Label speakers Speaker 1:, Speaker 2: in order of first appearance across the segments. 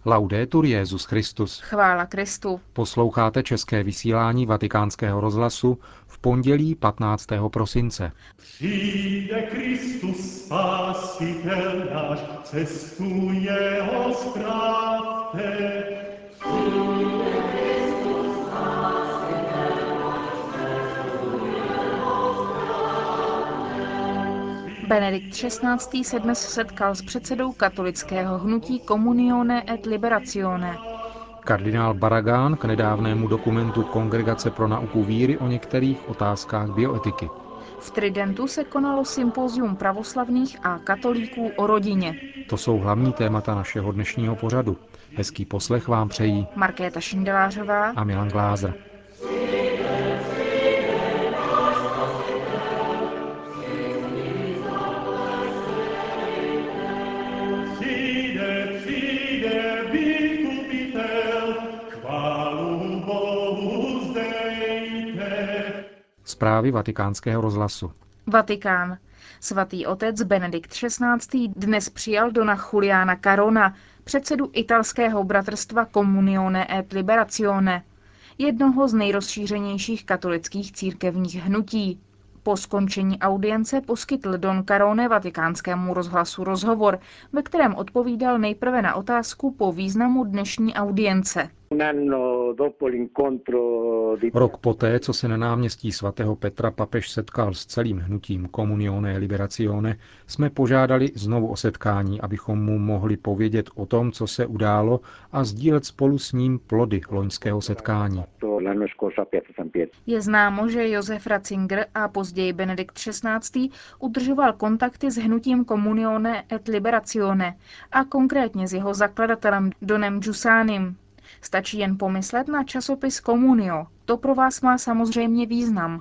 Speaker 1: Laudetur Jesus Christus.
Speaker 2: Chvála Kristu.
Speaker 1: Posloucháte české vysílání Vatikánského rozhlasu v pondělí 15. prosince.
Speaker 3: Přijde Kristus Spasitel náš, cestu jeho spravte.
Speaker 2: Benedikt XVI. Se dnes setkal s předsedou katolického hnutí Comunione et Liberazione.
Speaker 1: Kardinál Barragán k nedávnému dokumentu Kongregace pro nauku víry o některých otázkách bioetiky.
Speaker 2: V Tridentu se konalo sympózium pravoslavných a katolíků o rodině.
Speaker 1: To jsou hlavní témata našeho dnešního pořadu. Hezký poslech vám přejí
Speaker 2: Markéta Šindelářová
Speaker 1: a Milan Glázer. Zprávy Vatikánského rozhlasu.
Speaker 2: Vatikán. Svatý otec Benedikt XVI. Dnes přijal dona Juliana Carona, předsedu italského bratrstva Comunione et Liberazione, jednoho z nejrozšířenějších katolických církevních hnutí. Po skončení audience poskytl don Carone Vatikánskému rozhlasu rozhovor, ve kterém odpovídal nejprve na otázku po významu dnešní audience.
Speaker 1: Rok poté, co se na náměstí svatého Petra papež setkal s celým hnutím Comunione e Liberazione, jsme požádali znovu o setkání, abychom mu mohli povědět o tom, co se událo, a sdílet spolu s ním plody loňského setkání.
Speaker 2: Je známo, že Josef Ratzinger a později Benedikt XVI. Udržoval kontakty s hnutím Comunione et Liberazione a konkrétně s jeho zakladatelem Donem Giussanim. Stačí jen pomyslet na časopis Communio. To pro vás má samozřejmě význam.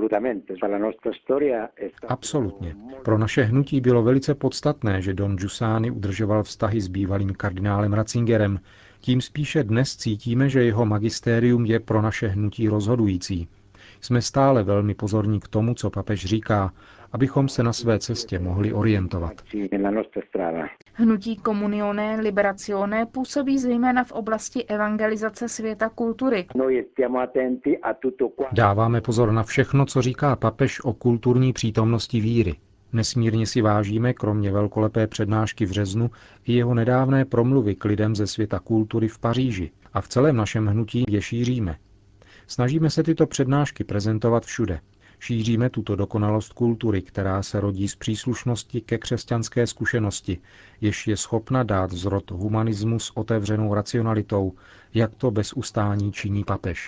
Speaker 1: Absolutně. Pro naše hnutí bylo velice podstatné, že Don Giussani udržoval vztahy s bývalým kardinálem Ratzingerem. Tím spíše dnes cítíme, že jeho magistérium je pro naše hnutí rozhodující. Jsme stále velmi pozorní k tomu, co papež říká, abychom se na své cestě mohli orientovat.
Speaker 2: Hnutí Comunione Liberazione působí zejména v oblasti evangelizace světa kultury.
Speaker 1: Dáváme pozor na všechno, co říká papež o kulturní přítomnosti víry. Nesmírně si vážíme, kromě velkolepé přednášky v březnu, i jeho nedávné promluvy k lidem ze světa kultury v Paříži, a v celém našem hnutí je šíříme. Snažíme se tyto přednášky prezentovat všude. Šíříme tuto dokonalost kultury, která se rodí z příslušnosti ke křesťanské zkušenosti, jež je schopna dát zrod humanismu s otevřenou racionalitou, jak to bez ustání činí papež.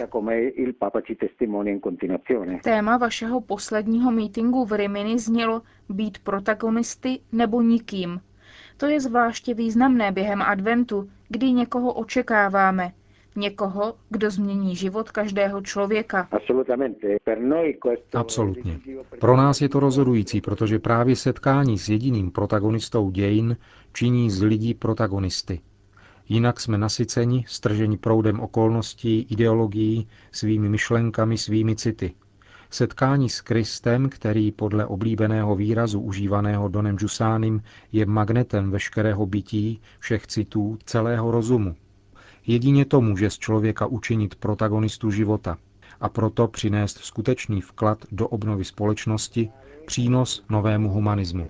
Speaker 2: Téma vašeho posledního mítinku v Rimini znělo být protagonisty nebo nikým. To je zvláště významné během adventu, kdy někoho očekáváme. Někoho, kdo změní život každého člověka.
Speaker 1: Absolutně. Pro nás je to rozhodující, protože právě setkání s jediným protagonistou dějin činí z lidí protagonisty. Jinak jsme nasyceni, strženi proudem okolností, ideologií, svými myšlenkami, svými city. Setkání s Kristem, který podle oblíbeného výrazu užívaného Donem Giussanim je magnetem veškerého bytí, všech citů, celého rozumu. Jedině to může z člověka učinit protagonistu života a proto přinést skutečný vklad do obnovy společnosti, přínos novému humanismu.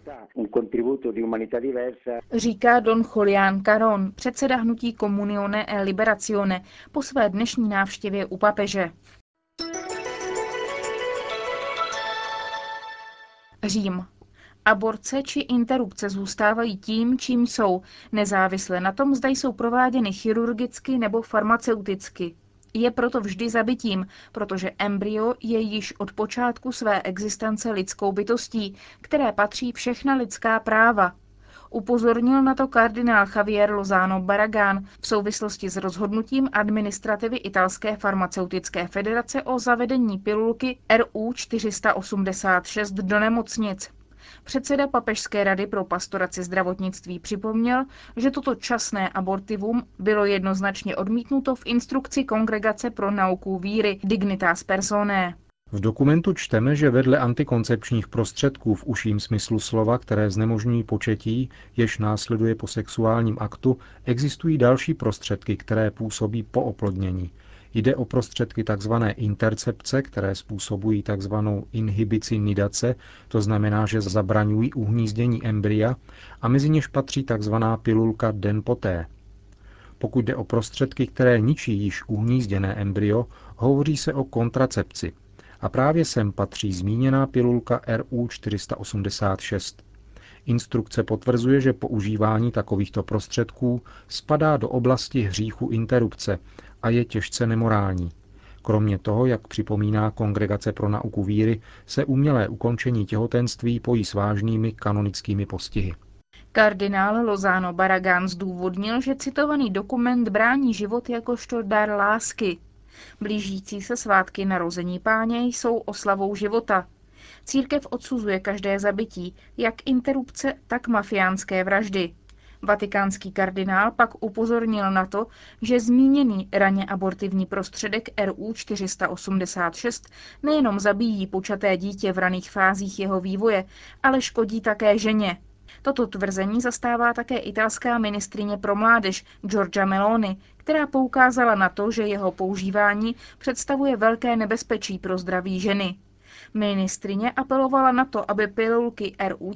Speaker 2: Říká don Julián Caron, předseda hnutí Comunione e Liberazione, po své dnešní návštěvě u papeže. Řím. Aborce či interrupce zůstávají tím, čím jsou, nezávisle na tom, zda jsou prováděny chirurgicky nebo farmaceuticky. Je proto vždy zabitím, protože embryo je již od počátku své existence lidskou bytostí, které patří všechna lidská práva. Upozornil na to kardinál Javier Lozano Barragán v souvislosti s rozhodnutím administrativy italské farmaceutické federace o zavedení pilulky RU 486 do nemocnic. Předseda Papežské rady pro pastoraci zdravotnictví připomněl, že toto časné abortivum bylo jednoznačně odmítnuto v instrukci Kongregace pro nauku víry Dignitas Personae.
Speaker 1: V dokumentu čteme, že vedle antikoncepčních prostředků v užším smyslu slova, které znemožňují početí, jež následuje po sexuálním aktu, existují další prostředky, které působí po oplodnění. Jde o prostředky tzv. Intercepce, které způsobují tzv. Inhibici nidace, to znamená, že zabraňují uhnízdění embrya, a mezi něž patří tzv. Pilulka den poté. Pokud jde o prostředky, které ničí již uhnízděné embryo, hovoří se o kontracepci. A právě sem patří zmíněná pilulka RU 486. Instrukce potvrzuje, že používání takovýchto prostředků spadá do oblasti hříchu interrupce a je těžce nemorální. Kromě toho, jak připomíná Kongregace pro nauku víry, se umělé ukončení těhotenství pojí s vážnými kanonickými postihy.
Speaker 2: Kardinál Lozano Barragán zdůvodnil, že citovaný dokument brání život jakožto dar lásky. Blížící se svátky narození Páně jsou oslavou života. Církev odsuzuje každé zabití, jak interrupce, tak mafiánské vraždy. Vatikánský kardinál pak upozornil na to, že zmíněný raně abortivní prostředek RU 486 nejenom zabíjí počaté dítě v raných fázích jeho vývoje, ale škodí také ženě. Toto tvrzení zastává také italská ministryně pro mládež Giorgia Meloni, která poukázala na to, že jeho používání představuje velké nebezpečí pro zdraví ženy. Ministryně apelovala na to, aby pilulky RU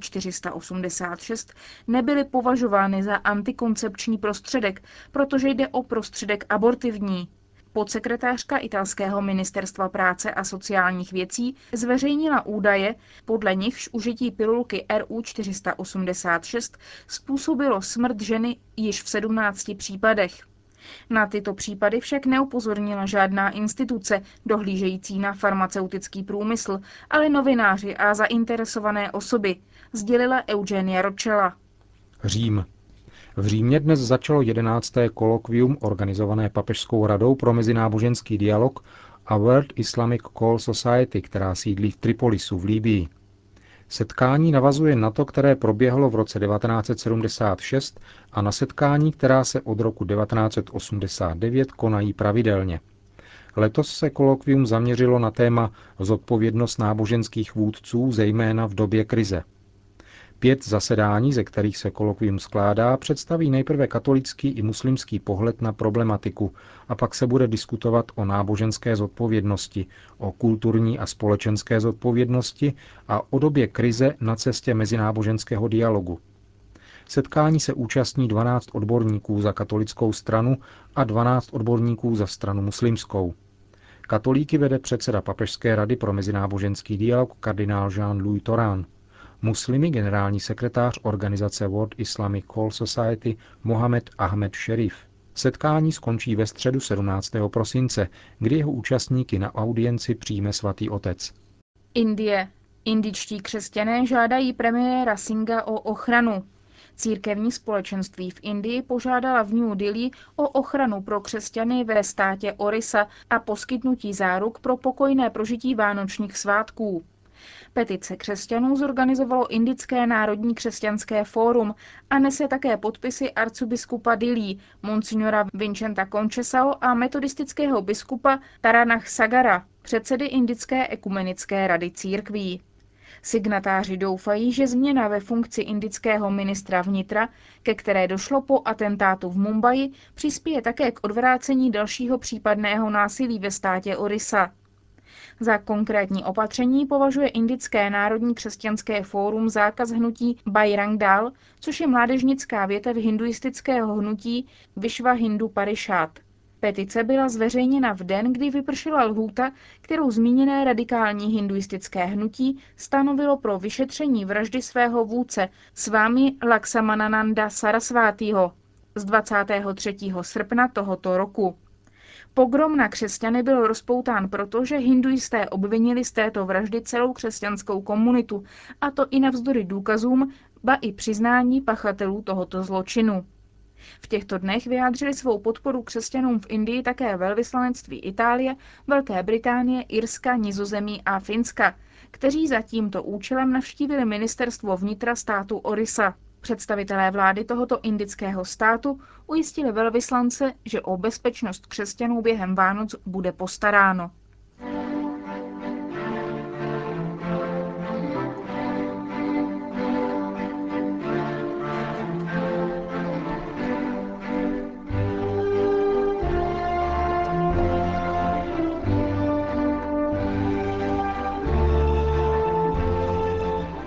Speaker 2: 486 nebyly považovány za antikoncepční prostředek, protože jde o prostředek abortivní. Podsekretářka italského ministerstva práce a sociálních věcí zveřejnila údaje, podle nichž užití pilulky RU 486 způsobilo smrt ženy již v 17 případech. Na tyto případy však neupozornila žádná instituce dohlížející na farmaceutický průmysl, ale novináři a zainteresované osoby, sdělila Eugenia Roccella.
Speaker 1: Řím. V Římě dnes začalo 11. kolokvium organizované Papežskou radou pro mezináboženský dialog a World Islamic Call Society, která sídlí v Tripolisu v Libyi. Setkání navazuje na to, které proběhlo v roce 1976 a na setkání, která se od roku 1989 konají pravidelně. Letos se kolokvium zaměřilo na téma zodpovědnost náboženských vůdců, zejména v době krize. 5 zasedání, ze kterých se kolokvium skládá, představí nejprve katolický i muslimský pohled na problematiku a pak se bude diskutovat o náboženské zodpovědnosti, o kulturní a společenské zodpovědnosti a o době krize na cestě mezináboženského dialogu. Setkání se účastní 12 odborníků za katolickou stranu a 12 odborníků za stranu muslimskou. Katolíky vede předseda Papežské rady pro mezináboženský dialog kardinál Jean-Louis Torán. Muslimy generální sekretář organizace World Islamic Call Society Mohamed Ahmed Sherif. Setkání skončí ve středu 17. prosince, kdy jeho účastníky na audienci přijme svatý otec.
Speaker 2: Indie. Indičtí křesťané žádají premiéra Singha o ochranu. Církevní společenství v Indii požádala v New Delhi o ochranu pro křesťany ve státě Orissa a poskytnutí záruk pro pokojné prožití vánočních svátků. Petice křesťanů zorganizovalo Indické národní křesťanské fórum a nese také podpisy arcibiskupa Dillí, monsignora Vincenta Conchesao a metodistického biskupa Taranah Sagara, předsedy Indické ekumenické rady církví. Signatáři doufají, že změna ve funkci indického ministra vnitra, ke které došlo po atentátu v Mumbai, přispěje také k odvrácení dalšího případného násilí ve státě Orissa. Za konkrétní opatření považuje Indické národní křesťanské fórum zákaz hnutí Bajrang Dal, což je mládežnická větev hinduistického hnutí Vishva Hindu Parishad. Petice byla zveřejněna v den, kdy vypršela lhůta, kterou zmíněné radikální hinduistické hnutí stanovilo pro vyšetření vraždy svého vůdce Swami Lakshmanananda Sarasvátyho z 23. srpna tohoto roku. Pogrom na křesťany byl rozpoután proto, že hinduisté obvinili z této vraždy celou křesťanskou komunitu, a to i navzdory důkazům, ba i přiznání pachatelů tohoto zločinu. V těchto dnech vyjádřili svou podporu křesťanům v Indii také velvyslanectví Itálie, Velké Británie, Irska, Nizozemí a Finska, kteří za tímto účelem navštívili ministerstvo vnitra státu Orissa. Představitelé vlády tohoto indického státu ujistili velvyslance, že o bezpečnost křesťanů během Vánoc bude postaráno.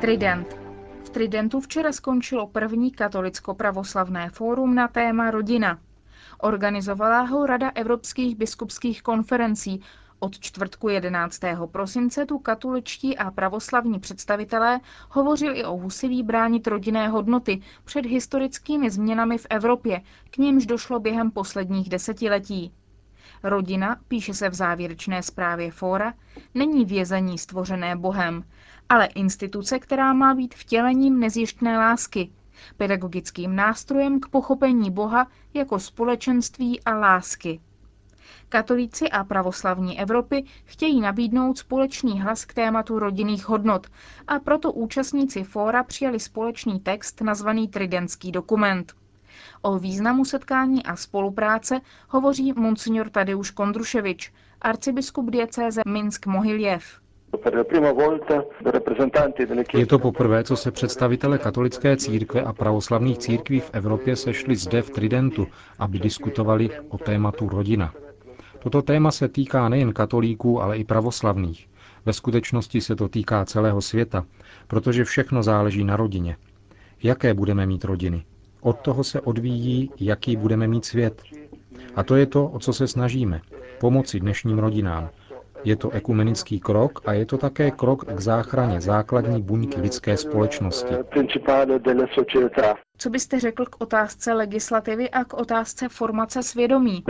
Speaker 2: Trident. V Tridentu včera skončilo první katolicko-pravoslavné fórum na téma rodina. Organizovala ho Rada evropských biskupských konferencí. Od čtvrtku 11. prosince tu katoličtí a pravoslavní představitelé hovořili o úsilí bránit rodinné hodnoty před historickými změnami v Evropě, k nimž došlo během posledních desetiletí. Rodina, píše se v závěrečné zprávě fóra, není vězení stvořené Bohem, ale instituce, která má být vtělením nezjištné lásky, pedagogickým nástrojem k pochopení Boha jako společenství a lásky. Katolíci a pravoslavní Evropy chtějí nabídnout společný hlas k tématu rodinných hodnot a proto účastníci fóra přijali společný text nazvaný Tridentský dokument. O významu setkání a spolupráce hovoří monsignor Tadeusz Kondruševič, arcibiskup diecéze Minsk-Mohiljev.
Speaker 1: Je to poprvé, co se představitelé katolické církve a pravoslavných církví v Evropě sešli zde v Tridentu, aby diskutovali o tématu rodina. Toto téma se týká nejen katolíků, ale i pravoslavných. Ve skutečnosti se to týká celého světa, protože všechno záleží na rodině. Jaké budeme mít rodiny? Od toho se odvíjí, jaký budeme mít svět. A to je to, o co se snažíme. Pomoci dnešním rodinám. Je to ekumenický krok a je to také krok k záchraně základní buňky lidské společnosti.
Speaker 2: Co byste řekl k otázce legislativy a k otázce formace svědomí?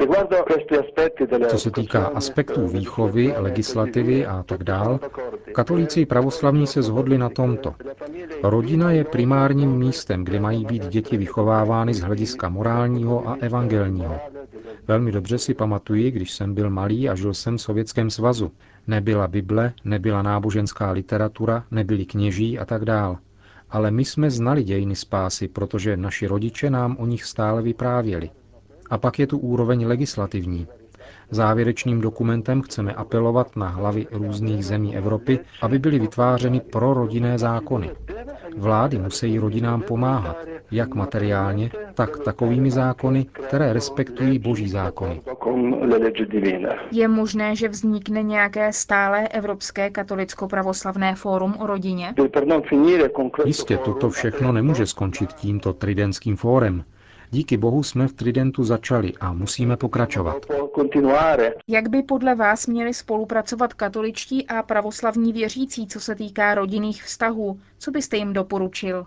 Speaker 1: Co se týká aspektů výchovy, legislativy a tak dál, katolíci i pravoslavní se shodli na tomto. Rodina je primárním místem, kde mají být děti vychovávány z hlediska morálního a evangelního. Velmi dobře si pamatuji, když jsem byl malý a žil jsem v Sovětském svazu. Nebyla Bible, nebyla náboženská literatura, nebyli kněží a tak dál. Ale my jsme znali dějiny spásy, protože naši rodiče nám o nich stále vyprávěli. A pak je tu úroveň legislativní. Závěrečným dokumentem chceme apelovat na hlavy různých zemí Evropy, aby byly vytvářeny prorodinné zákony. Vlády musí rodinám pomáhat, jak materiálně, tak takovými zákony, které respektují boží zákony.
Speaker 2: Je možné, že vznikne nějaké stálé Evropské katolicko-pravoslavné fórum o rodině?
Speaker 1: Jistě, toto všechno nemůže skončit tímto tridentským fórem. Díky Bohu jsme v Tridentu začali a musíme pokračovat.
Speaker 2: Jak by podle vás měli spolupracovat katoličtí a pravoslavní věřící, co se týká rodinných vztahů? Co byste jim doporučil?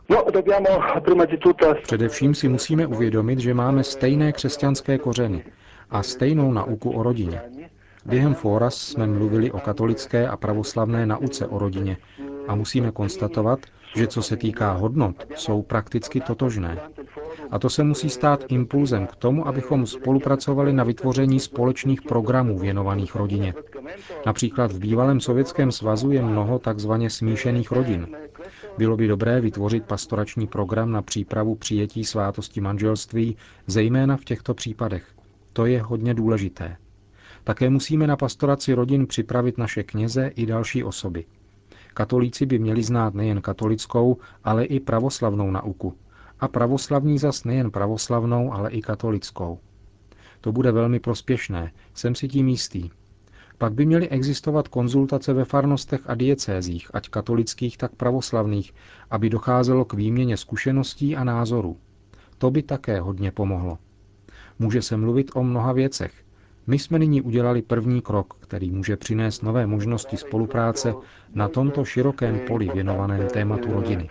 Speaker 1: Především si musíme uvědomit, že máme stejné křesťanské kořeny a stejnou nauku o rodině. Během fóra jsme mluvili o katolické a pravoslavné nauce o rodině a musíme konstatovat, že co se týká hodnot, jsou prakticky totožné. A to se musí stát impulzem k tomu, abychom spolupracovali na vytvoření společných programů věnovaných rodině. Například v bývalém Sovětském svazu je mnoho takzvaně smíšených rodin. Bylo by dobré vytvořit pastorační program na přípravu přijetí svátosti manželství, zejména v těchto případech. To je hodně důležité. Také musíme na pastoraci rodin připravit naše kněze i další osoby. Katolíci by měli znát nejen katolickou, ale i pravoslavnou nauku. A pravoslavní zas nejen pravoslavnou, ale i katolickou. To bude velmi prospěšné, jsem si tím jistý. Pak by měly existovat konzultace ve farnostech a diecézích, ať katolických, tak pravoslavných, aby docházelo k výměně zkušeností a názorů. To by také hodně pomohlo. Může se mluvit o mnoha věcech. My jsme nyní udělali první krok, který může přinést nové možnosti spolupráce na tomto širokém poli věnovaném tématu rodiny.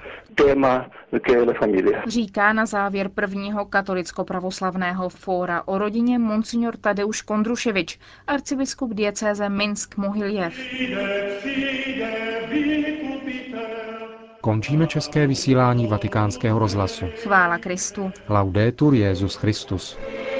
Speaker 2: Říká na závěr prvního katolicko-pravoslavného fóra o rodině monsignor Tadeusz Kondruševič, arcibiskup diecéze Minsk-Mohiljev.
Speaker 1: Končíme české vysílání Vatikánského rozhlasu.
Speaker 2: Chvála Kristu.
Speaker 1: Laudetur Jesus Christus.